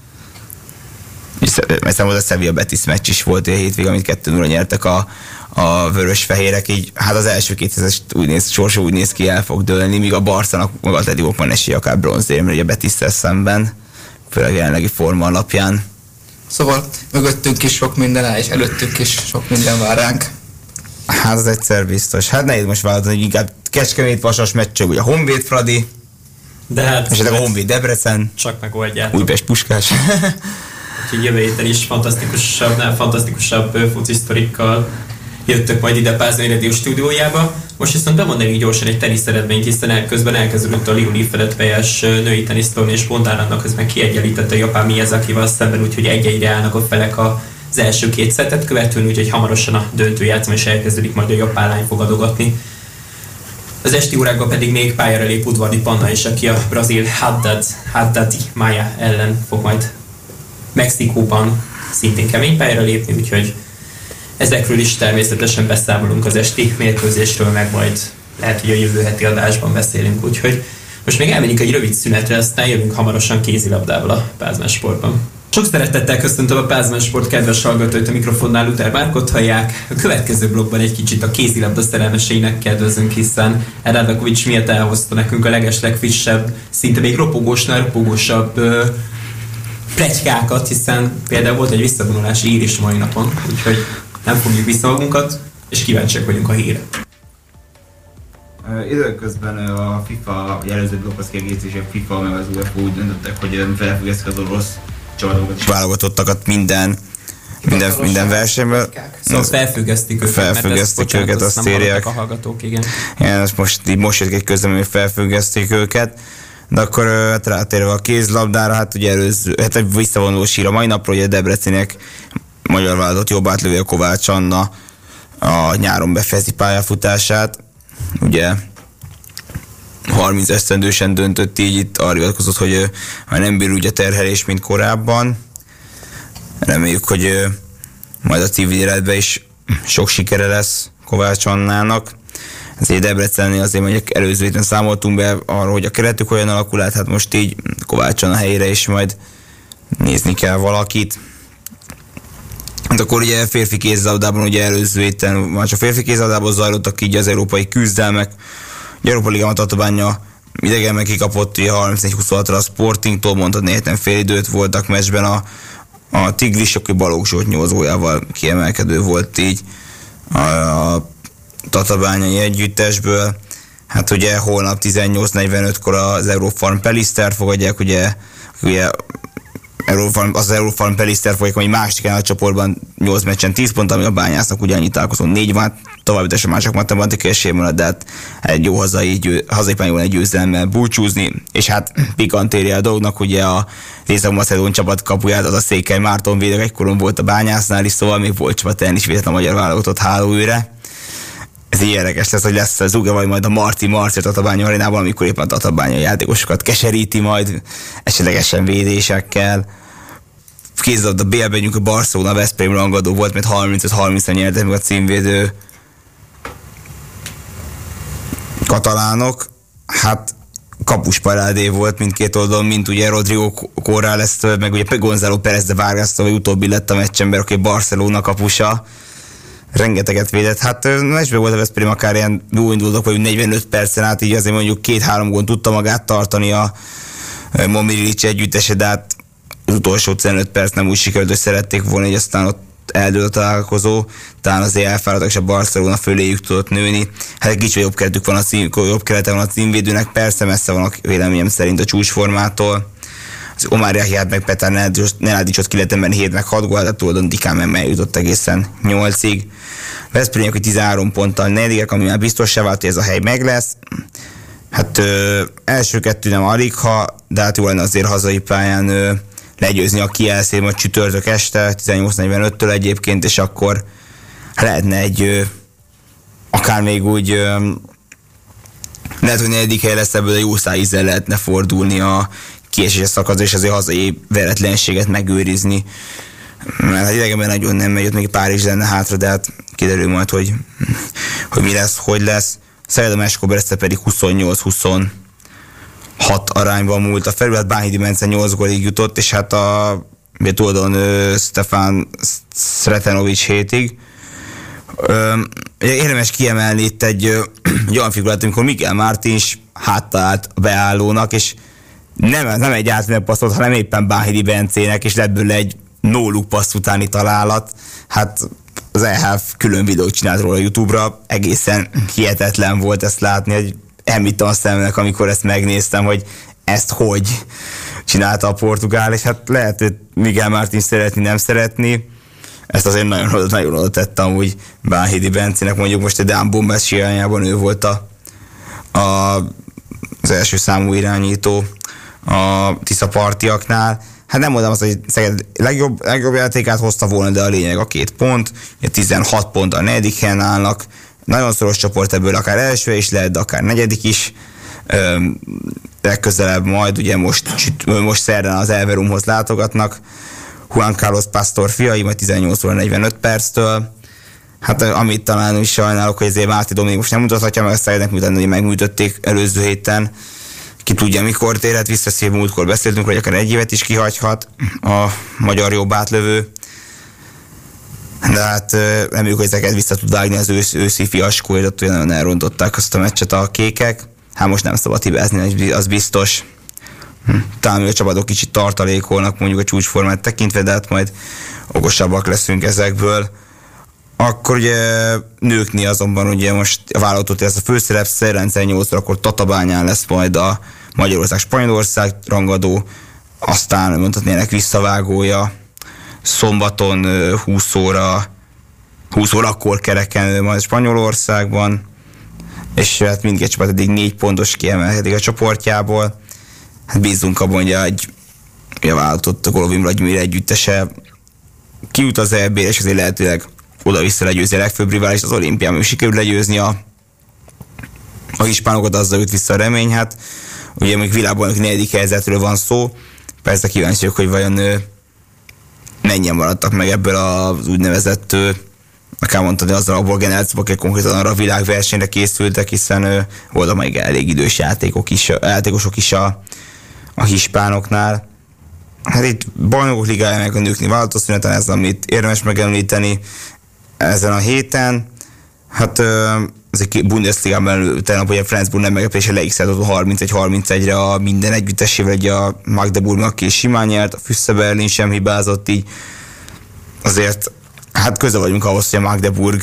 Mert volt a Sevilla Betis meccs is volt a hétvég, amit 2-0 nyertek a vörös-fehérek, így hát az első két sorsa úgy néz ki, el fog dőlni, míg a Barszának maga Atletikók van esélye akár bronzéremre, ugye a Betisszel szemben, főleg jelenlegi forma alapján. Szóval mögöttünk is sok minden áll, és előttünk is sok minden vár ránk. Hát az egyszer biztos. Hát nehéz most választani, hogy inkább Kecskemét-Vasas meccsök, ugye a Honvéd-Fradi, de hát esetleg a Honvéd-Debrecen, csak megoldjátok. Újpest-Puskás. Úgyhogy jövő héten is fantasztikusabb focisztorikkal jöttök majd ide a Pázmány Radio stúdiójába. Most viszont bemondani gyorsan egy tenisz eredményt, hiszen közben elkezdődött a Liuli felett pályás női tenisztorna, és Bondárának közben kiegyenlítette a japán Miyazakival szemben, úgyhogy 1-1-re állnak a felek az első két szettet követően, úgyhogy hamarosan a döntőjátszma is elkezdődik, majd a japán lány fog adogatni. Az esti órákban pedig még pályára lép Udvardi Panna is, aki a brazil Haddadi Maia ellen fog majd Mexikóban szintén kemény pályára lépni, úgyhogy ezekről is természetesen beszámolunk az esti mérkőzésről, meg majd lehet, hogy a jövő heti adásban beszélünk, úgyhogy most még elmenjünk egy rövid szünetre, aztán jövünk hamarosan kézilabdával a Pázmány Sportban. Sok szeretettel köszöntöm a Pázmány Sport kedves hallgatóit, a mikrofonnál Luther Márkot hallják. A következő blogban egy kicsit a kézilabda szerelmeseinek kedvezünk, hiszen Radokovics miatt elhozta nekünk a legeslegfrissebb, szinte még ropogósabb pletykákat, hiszen például volt egy visszavonulási hír is mai napon, úgyhogy nem fogjuk vissza magunkat, és kíváncsiak vagyunk a hírre. Időközben a FIFA jelöző blokkhoz kiegészítés, a FIFA meg az UEFA úgy döntöttek, hogy felfüggesztik az orosz csapatokat és válogatottakat minden versenyben. Szóval felfüggesztik őket, azt írják. A hallgatók, igen. Igen, most jött egy közlemény, hogy felfüggesztik őket. De akkor rátérve a kézlabdára, hát ugye egy visszavonulós hír a mai napról, hogy a Debrecenek magyar válogatott jobb átlövője Kovács Anna a nyáron befejezi pályafutását. Ugye 30 esztendősen döntött, így itt arra hivatkozott, hogy nem bír úgy a terhelés, mint korábban. Reméljük, hogy majd a civil életben is sok sikere lesz Kovács Annának. Ezért Debrecennél azért mondjuk előző héten számoltunk be arról, hogy a keretük olyan alakul át, hát most így Kovács Anna helyére is majd nézni kell valakit. Hát akkor ugye férfi kézilabdában, ugye előző héten már csak férfi kézilabdában zajlottak így az európai küzdelmek. A Európa Liga Tatabánya idegenben kikapott, ugye 34-26-ra a Sportingtól, mondhatni héten félidőt voltak meccsben a Tigris, aki Balogh Zsolt 8 góljával kiemelkedő volt így a tatabányai együttesből. Hát ugye holnap 18:45-kor az Eurofarm Peliszter fogadják, ugye az Eurofarm Peliszter fogják, ami másik a csoportban 8 meccsen 10 pont, ami a Bányásznak ugye annyi találkozón 4 van, továbbításra már csak matematikai esély van, de hát egy jó hazai pályán egy győzelemmel búcsúzni, és hát pikantéria a dolognak, ugye a Észak-Macedón csapat kapuját, az a Székely Márton védő, egykoron volt a Bányásznál is, szóval még volt csapat ellen is védett a magyar válogatott hálóőre. Ez így érdekes lesz, hogy lesz az uga, vagy majd a Marci a Tatabánya arénában, amikor éppen a tatabányai játékosokat keseríti majd, esetlegesen védésekkel. Kézilabda BL-ben a Barcelona Veszprém rangadó volt, mert 35-30-ra nyertek meg a címvédő katalánok. Hát kapusparádé volt mindkét oldalon, mint ugye Rodrigo Corrales, meg ugye Gonzalo Pérez de Vargas, vagy utóbbi lett a meccsember, aki Barcelona kapusa. Rengeteget védett. Hát meccsben volt a Veszprém, akár ilyen jó indultak, vagy 45 percen át, így azért mondjuk 2-3 gól tudta magát tartani a Momiric együttese, de hát az utolsó 15 perc nem úgy sikerült, hogy szerették volna, hogy aztán ott eldől a találkozó, talán azért elfáradtak, és a Barcelona föléjük tudott nőni. Hát egy kicsit jobb keretük van jobb kerete van a címvédőnek, persze messze van a véleményem szerint a csúcsformától. Az Omar Yahyát meg Petar Nenadicsot ki lehet emelni 7 meg 6 gól, tehát tulajdon Dikán meg eljutott egészen 8-ig. Veszprémnek, hogy 13 ponttal negyedikek, ami már biztossá vált, hogy ez a hely meg lesz. Hát első kettő nem alig, de hát jó lenne azért hazai pályán legyőzni a Kielce majd csütörtök este, 18:45-től egyébként, és akkor lehetne egy akár még úgy lehet, hogy negyedik hely lesz ebből, de jó szájízzel lehetne fordulni a kieséses szakaszra, és azért hazai veretlenséget megőrizni. Mert idegenben nagyon nem megy, ott még Párizs lenne hátra, de hát kiderül majd, hogy mi lesz, hogy lesz. Szereda Meskó Breszte pedig 28-26 arányban múlt a felület, Bánhidi Bence 8 gólig jutott, és hát a túldon Stefan Sretenovic 7-ig. Érdemes kiemelni itt egy olyan figurát, amikor Miguel Martins háttaállt a beállónak, és nem egy átmenet passzolt, hanem éppen Bánhidi Bencének, és lett belőle egy no-look passz utáni találat. Hát az EHF külön videót csinált róla a YouTube-ra, egészen hihetetlen volt ezt látni, hogy elmittem a szemnek, amikor ezt megnéztem, hogy ezt hogy csinálta a portugál, és hát lehet, hogy Miguel Martins szeretni, nem szeretni. Ezt azért nagyon oda tette amúgy Bánhidi Bencének, mondjuk most a Dán Bombás irányában ő volt az első számú irányító a Tisza partiaknál. Hát nem mondom azt, hogy Szeged legjobb játékát hozta volna, de a lényeg a 2 pont, 16 pont a negyedik helyen állnak, nagyon szoros csoport, ebből akár első is lehet, de akár negyedik is. Legközelebb majd, ugye most szerdán az Elverumhoz látogatnak, Juan Carlos Pastor fiai, majd 18:45 Hát amit talán is sajnálok, hogy azért Máté Dominik most nem mutathatja meg a Szegednek, miután hogy megműtötték előző héten. Ki tudja, mikor térhet vissza, szép múltkor beszéltünk, hogy akár egy évet is kihagyhat a magyar jobb átlövő. De hát reméljük, hogy ezeket vissza tud vágni az őszi fiaskóért, ott olyan elrontották azt a meccset a kékek. Hát most nem szabad hibázni, az biztos. Talán még a csapatok kicsit tartalékolnak mondjuk a csúcsformát tekintve, de hát majd okosabbak leszünk ezekből. Akkor ugye nőknél azonban ugye most a vállalatot ez a főszerep, rendszer 8-ra, akkor Tatabányán lesz majd a Magyarország-Spanyolország rangadó, aztán mondhatnének visszavágója, szombaton 20 órakor kereken majd Spanyolországban, és hát mindkét csapat eddig 4 pontos kiemelkedik a csoportjából. Hát bízunk abban, hogy a vállalatot a Golovin Vladimir együttese kijut az EB-re, és azért lehetőleg oda-vissza legyőzi a legfőbb rivális, az olimpián sikerül legyőzni a hispánokat, azzal jut vissza a remény. Hát ugye még világbajnoki 4. helyzetről van szó, persze kíváncsiak, hogy vajon mennyien maradtak meg ebből az úgynevezett, akár mondtad, azzal abból generációban, akik konkrétan arra a világversenyre készültek, hiszen voltak még elég idős játékosok is a hispánoknál. Hát itt bajnokok ligája meg a nőknél változszüneten, ez amit érdemes megemlíteni ezen a héten. Hát ez egy Bundesligában tegnap, hogy a Flensburg nem meglepése leigszáltott 31-31-re a minden együttesével, egy a Magdeburgnak is simán nyert, a Füsse Berlin sem hibázott, így azért hát közel vagyunk ahhoz, hogy a Magdeburg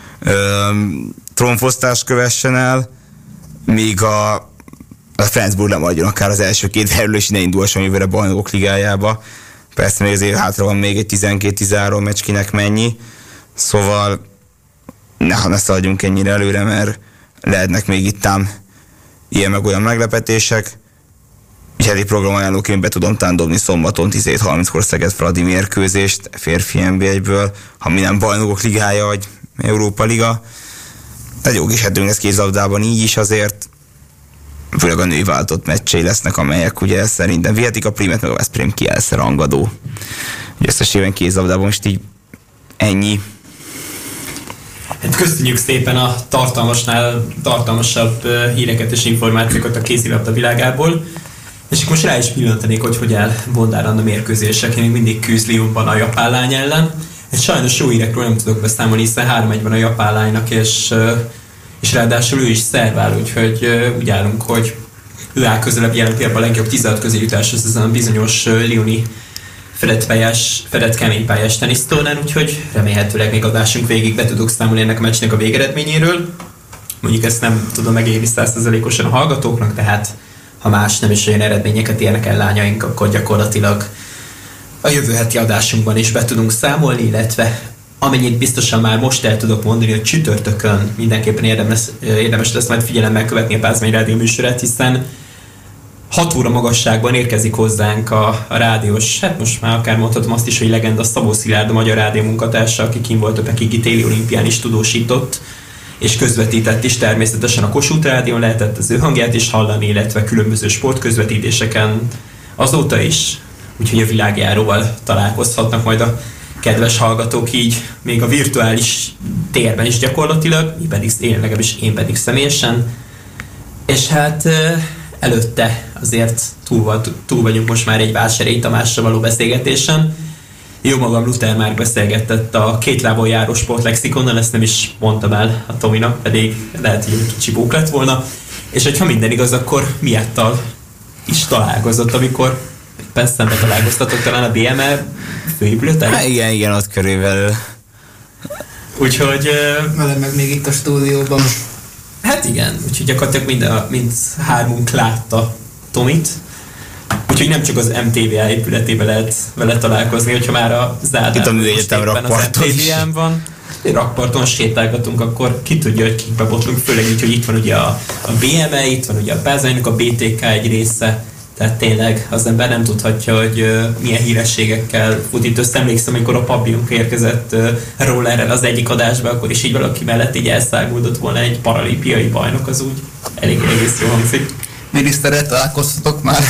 trónfosztást kövessen el, míg a Flensburg lemaradjon akár az első 2 helyről, és ne indulhasson jövőre bajnokok ligájába. Persze még azért hátra van még egy 12-13 meccs, kinek mennyi. Szóval ne szaladjunk ennyire előre, mert lehetnek még itt ilyen meg olyan meglepetések. És heti programajánlóként be tudom dobni szombaton 17:30-kor Szeged-Fradi mérkőzést férfi NB1-ből, ha mi nem bajnokok ligája, vagy Európa Liga. De jó kis hetünk lesz kézlabdában így is azért. Főleg a női váltott meccsei lesznek, amelyek ugye szerintem vihetik a Primet, meg a Veszprém Kielce rangadó. Ugye összességében kézlabdában most így ennyi. Hát köszönjük szépen a tartalmasabb híreket és információkat a kézilabda világából. És most rá is pillantanék, hogy áll Bondár Anna mérkőzések, még mindig küzd Lyonban a japán lány ellen. És sajnos jó hírekről nem tudok beszámolni, hiszen 3-1 van a japán lánynak, és ráadásul ő is szervál, úgyhogy úgy állunk, hogy ő áll közelebb jelen pillanatban a legjobb 16 közé jutáshoz ezen a bizonyos Lioni fedett keménypályás tenisztornán, úgyhogy remélhetőleg még adásunk végig be tudok számolni ennek a meccsnek a végeredményéről. Mondjuk ezt nem tudom megélni 100%-osan a hallgatóknak, tehát ha más nem is olyan eredményeket érnek el lányaink, akkor gyakorlatilag a jövő heti adásunkban is be tudunk számolni, illetve amennyit biztosan már most el tudok mondani, hogy csütörtökön mindenképpen érdemes lesz majd figyelemmel követni a Pázmány Rádió műsorát, hiszen 6 óra magasságban érkezik hozzánk a rádiós, hát most már akár mondhatom azt is, hogy legenda Szabó Szilárd, a Magyar Rádió munkatársa, aki kint volt a pekingi téli olimpián is tudósított, és közvetített is természetesen a Kossuth Rádión, lehetett az ő hangját is hallani, illetve különböző sportközvetítéseken azóta is, úgyhogy a világjáróval találkozhatnak majd a kedves hallgatók így, még a virtuális térben is gyakorlatilag, én pedig személyesen, és hát előtte azért túl vagyunk most már egy Vásárhelyi Tamással való beszélgetésen. Jó magam, Luther már beszélgetett a két lábon járó sportlexikonnal, ezt nem is mondtam el a Tominak, pedig lehet, hogy egy kicsi bók lett volna. És hogyha minden igaz, akkor miattal is találkozott, amikor éppen szembe találkoztatok talán a BMR főépületen? Hát igen, ott körülbelül. Úgyhogy... Velem meg még itt a stúdióban. Hát igen, úgyhogy gyakorlatilag mind hármunk látta Tomit. Úgyhogy nem csak az MTVA épületében lehet vele találkozni, hogyha már a Zádán most éppen az MTVA-n van. Rakparton sétálgatunk, akkor ki tudja, hogy kikbe botlunk, főleg így, hogy itt van ugye a BME, itt van ugye a Pázmánynak a BTK egy része, tehát tényleg az ember nem tudhatja, hogy milyen hírességekkel fut itt össze. Emlékszem, amikor a Papillonk érkezett rollerrel az egyik adásba, akkor is így valaki mellett így elszáguldott volna egy paralimpiai bajnok, az úgy egész jól hangzik. Miniszterrel találkoztatok már?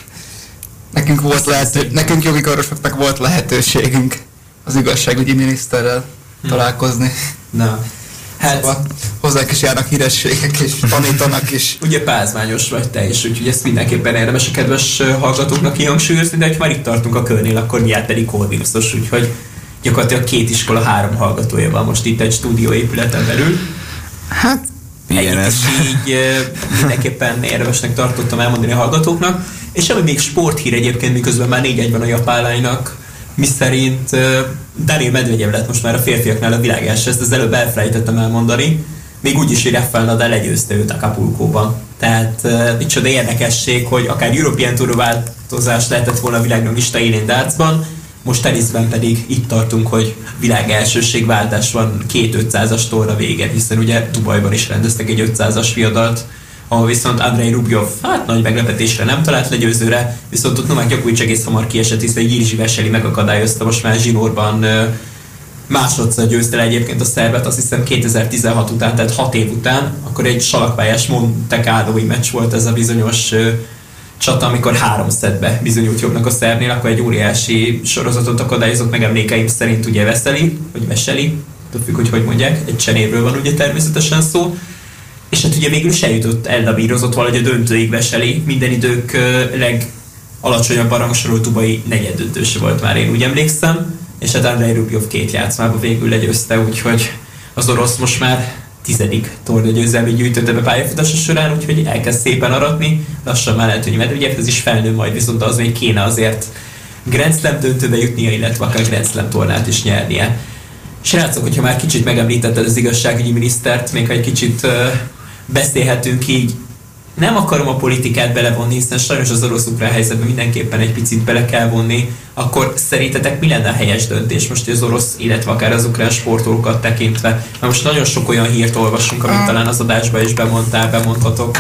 Nekünk jogi karosoknak volt lehetőségünk az igazságügyi miniszterrel találkozni. Na, hát... Szóval hozzánk is járnak hírességek, és tanítanak is. Ugye pázmányos vagy te is, úgyhogy ezt mindenképpen érdemes a kedves hallgatóknak kihangsúlyozni, de ha már itt tartunk a körnél, akkor miért pedig Corvinusos, úgyhogy gyakorlatilag 2 iskola 3 hallgatója van most itt egy stúdióépületen belül. Hát, igen ez. Így mindenképpen érdemesnek tartottam elmondani a hallgatóknak. És ami még sporthír egyébként, miközben már 4-1 van a japán lánynak, miszerint Daniil Medvegyev lett most már a férfiaknál a világ első, ezt az előbb elfelejtettem elmondani, még úgy is, hogy Rafael Nadal legyőzte őt Acapulcóban. Tehát micsoda érdekesség, hogy akár European Tour változás lehetett volna a világranglista élén dartsban, most teniszben pedig itt tartunk, hogy világ elsőségváltás van 2 500-as torna vége, hiszen ugye Dubajban is rendeztek egy 500-as viadalt, ahol viszont Andrei Rublev hát nagy meglepetésre nem talált legyőzőre, viszont ott Novák Djokovic egész hamar kiesett, hiszen Jiří Veselý megakadályozta most már zsinórban, másodszor győzte le egyébként a szervet, azt hiszem 2016 után, tehát 6 év után, akkor egy salakpályás Monte Carlói meccs volt ez a bizonyos csata, amikor 3 szettbe bizonyult jobbnak a szervnél, akkor egy óriási sorozatot akadályozott meg emlékeim szerint ugye Veselý, tudjuk, hogy mondják, egy csenévről van ugye természetesen szó, és hát ugye végül is eljutott, eldabírozott valahogy a döntőig Veselý, minden idők legalacsonyabban rangsorolt dubai negyeddöntőse volt már, én úgy emlékszem, és hát Andrei Rublev 2 játszmában végül legyőzte, úgyhogy az orosz most már 10. tornagyőzelmét gyűjtötte be pályafutása során, úgyhogy elkezd szépen aratni, lassan már lehet, hogy Medvegyevhez is felnő, majd viszont az még kéne azért Grand Slam döntőbe jutnia, illetve akár Grand Slam tornát is nyernie. Srácok, hogyha már kicsit megemlítetted az igazságügyi minisztert, még ha egy kicsit beszélhetünk így, nem akarom a politikát belevonni, hiszen sajnos az orosz-ukrán helyzetben mindenképpen egy picit bele kell vonni, akkor szerintetek mi lenne a helyes döntés most az orosz, illetve akár az ukrán sportolókat tekintve? Mert most nagyon sok olyan hírt olvasunk, amit talán az adásban is bemondhatok,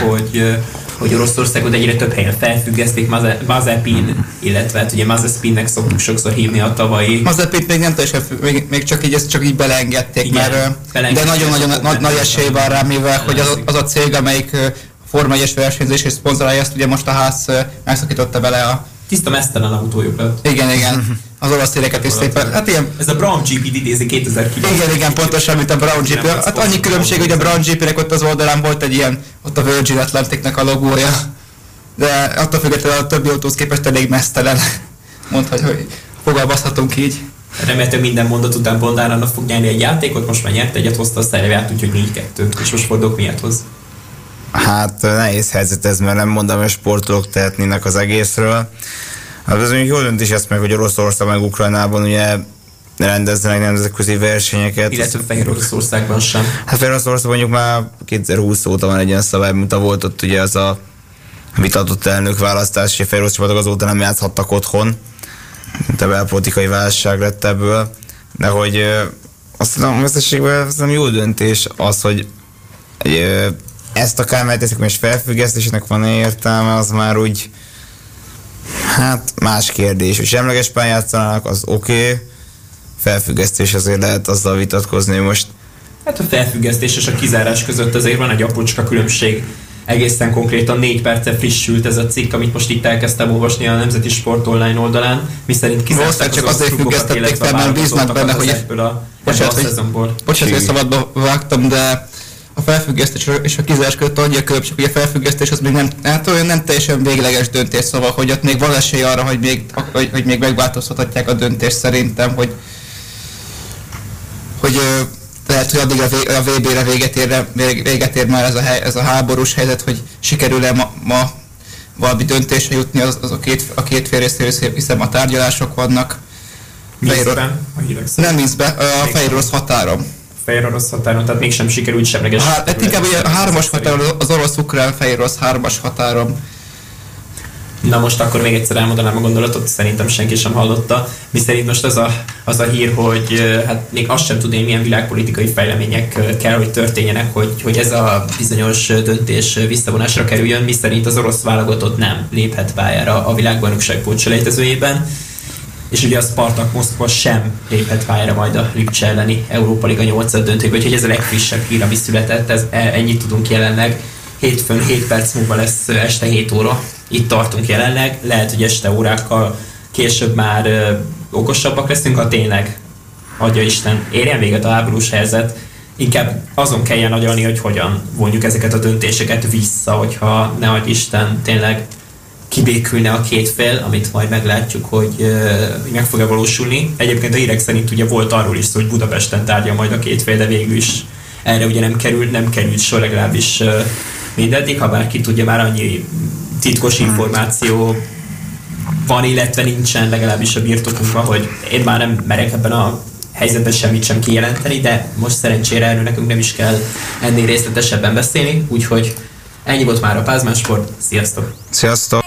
hogy Oroszországot egyre több helyen felfüggeszték, Mazepin, illetve hát ugye Mazepinnek szoktuk sokszor hívni a tavalyi... Mazepint még nem teljesen még csak így, ezt csak így beleengedték, igen, mert de nagyon-nagyon nagy esély van rá, mivel hogy az a cég, amelyik Forma 1-es versenyzés és szponzorálja, ezt ugye most a ház megszakította bele a... Tiszta mesztelen autójuk lett. Igen. Az olasz éreket is szépen. Hát ilyen... Ez a Brown GP idézi 2009. Igen, pontosan, mint a Brown GP. Hát annyi különbség, hogy a Brown GP-nek ott az oldalán volt egy ilyen, ott a Virgin Atlanticnek a logója. De attól függetlenül a többi autóhoz képest elég mesztelen. Mondhatjuk, hogy fogalmazhatunk így. Remélhetően minden mondat után Bondárának fog nyerni egy játékot, most már nyert egyet, hozta a szervját, úgyhogy 4-2. És most fordulok miért hoz? Hát nehéz helyzet ez, mert nem mondom, hogy sportolók tehetnének az egészről. Hát az mondjuk jól döntés ezt meg, hogy Oroszország meg Ukrajnában ugye rendezzenek nemzetközi versenyeket. Illetve Fehér Oroszországban sem. Hát Fehér Oroszországban mondjuk már 2020 óta van egy ilyen szabály, mint a volt ott ugye az a vitatott elnökválasztás, és Fehér Orosz csapatok azóta nem játszhattak otthon. Mint a belpolitikai válság lett ebből. De hogy azt mondom, összességben jó döntés az, hogy ezt a kámát teszik, és felfüggesztésnek van értelme, az már úgy hát más kérdés. És semleges pályán játszanának, az oké. Felfüggesztés azért lehet azzal vitatkozni most. Hát a felfüggesztés és a kizárás között azért van egy aprócska különbség. Egészen konkrétan 4 perce frissült ez a cikk, amit most itt elkezdtem olvasni a Nemzeti Sport online oldalán, miszerint kizárták csak azért függesztették fel, mert bíznak benne, hogy ebből a szezonból. Bocsánat, hogy szabadba vágtam, de a felfüggesztés és a kizárás között annyi a különbség, hogy a felfüggesztés az még nem teljesen végleges döntés, szóval hogy ott még van esély arra, hogy még megváltoztatják a döntést szerintem, hogy lehet, hogy addig a VB-re véget ér már ez a háborús helyzet, hogy sikerül-e ma valami döntésre jutni a két fél részéről, hiszen a tárgyalások vannak. Nem Minszben, a Fehér Orosz határon. Fehér Orosz határon, tehát mégsem sikerült semleges. Hát inkább ugye a 3-as határon, az orosz-ukrán Fehér Orosz 3-as határon. Na most akkor még egyszer elmondanám a gondolatot, szerintem senki sem hallotta. Miszerint most az a hír, hogy hát még azt sem tudni, milyen világpolitikai fejlemények kell, hogy történjenek, hogy ez a bizonyos döntés visszavonásra kerüljön, miszerint az orosz válogatott nem léphet pályára a világbajnokság pótselejtezőjében, és ugye a Spartak Moszkva sem léphet pályára majd a Lipcse elleni Európa Liga 8. döntőbe, úgyhogy ez a legfrissebb hír, ami született, ennyit tudunk jelenleg. Hétfőn 7 perc múlva lesz este 7 óra. Itt tartunk jelenleg. Lehet, hogy este órákkal később már okosabbak leszünk, ha tényleg, adja Isten, érjen véget a háborús helyzet. Inkább azon kelljen agyalni, hogy hogyan vonjuk ezeket a döntéseket vissza, hogyha ne adj Isten tényleg kibékülne a két fél, amit majd meglátjuk, hogy meg fog-e valósulni. Egyébként a hírek szerint ugye volt arról is szó, hogy Budapesten tárgyal majd a két fél, de végül is erre ugye nem került sor, legalábbis mindeddig, ha bárki tudja, már annyi titkos információ van, illetve nincsen legalábbis a birtokunkban, hogy én már nem merek ebben a helyzetben semmit sem kijelenteni, de most szerencsére erről nekünk nem is kell ennél részletesebben beszélni, úgyhogy ennyi volt már a Pázmán Sport. Sziasztok! Sziasztok!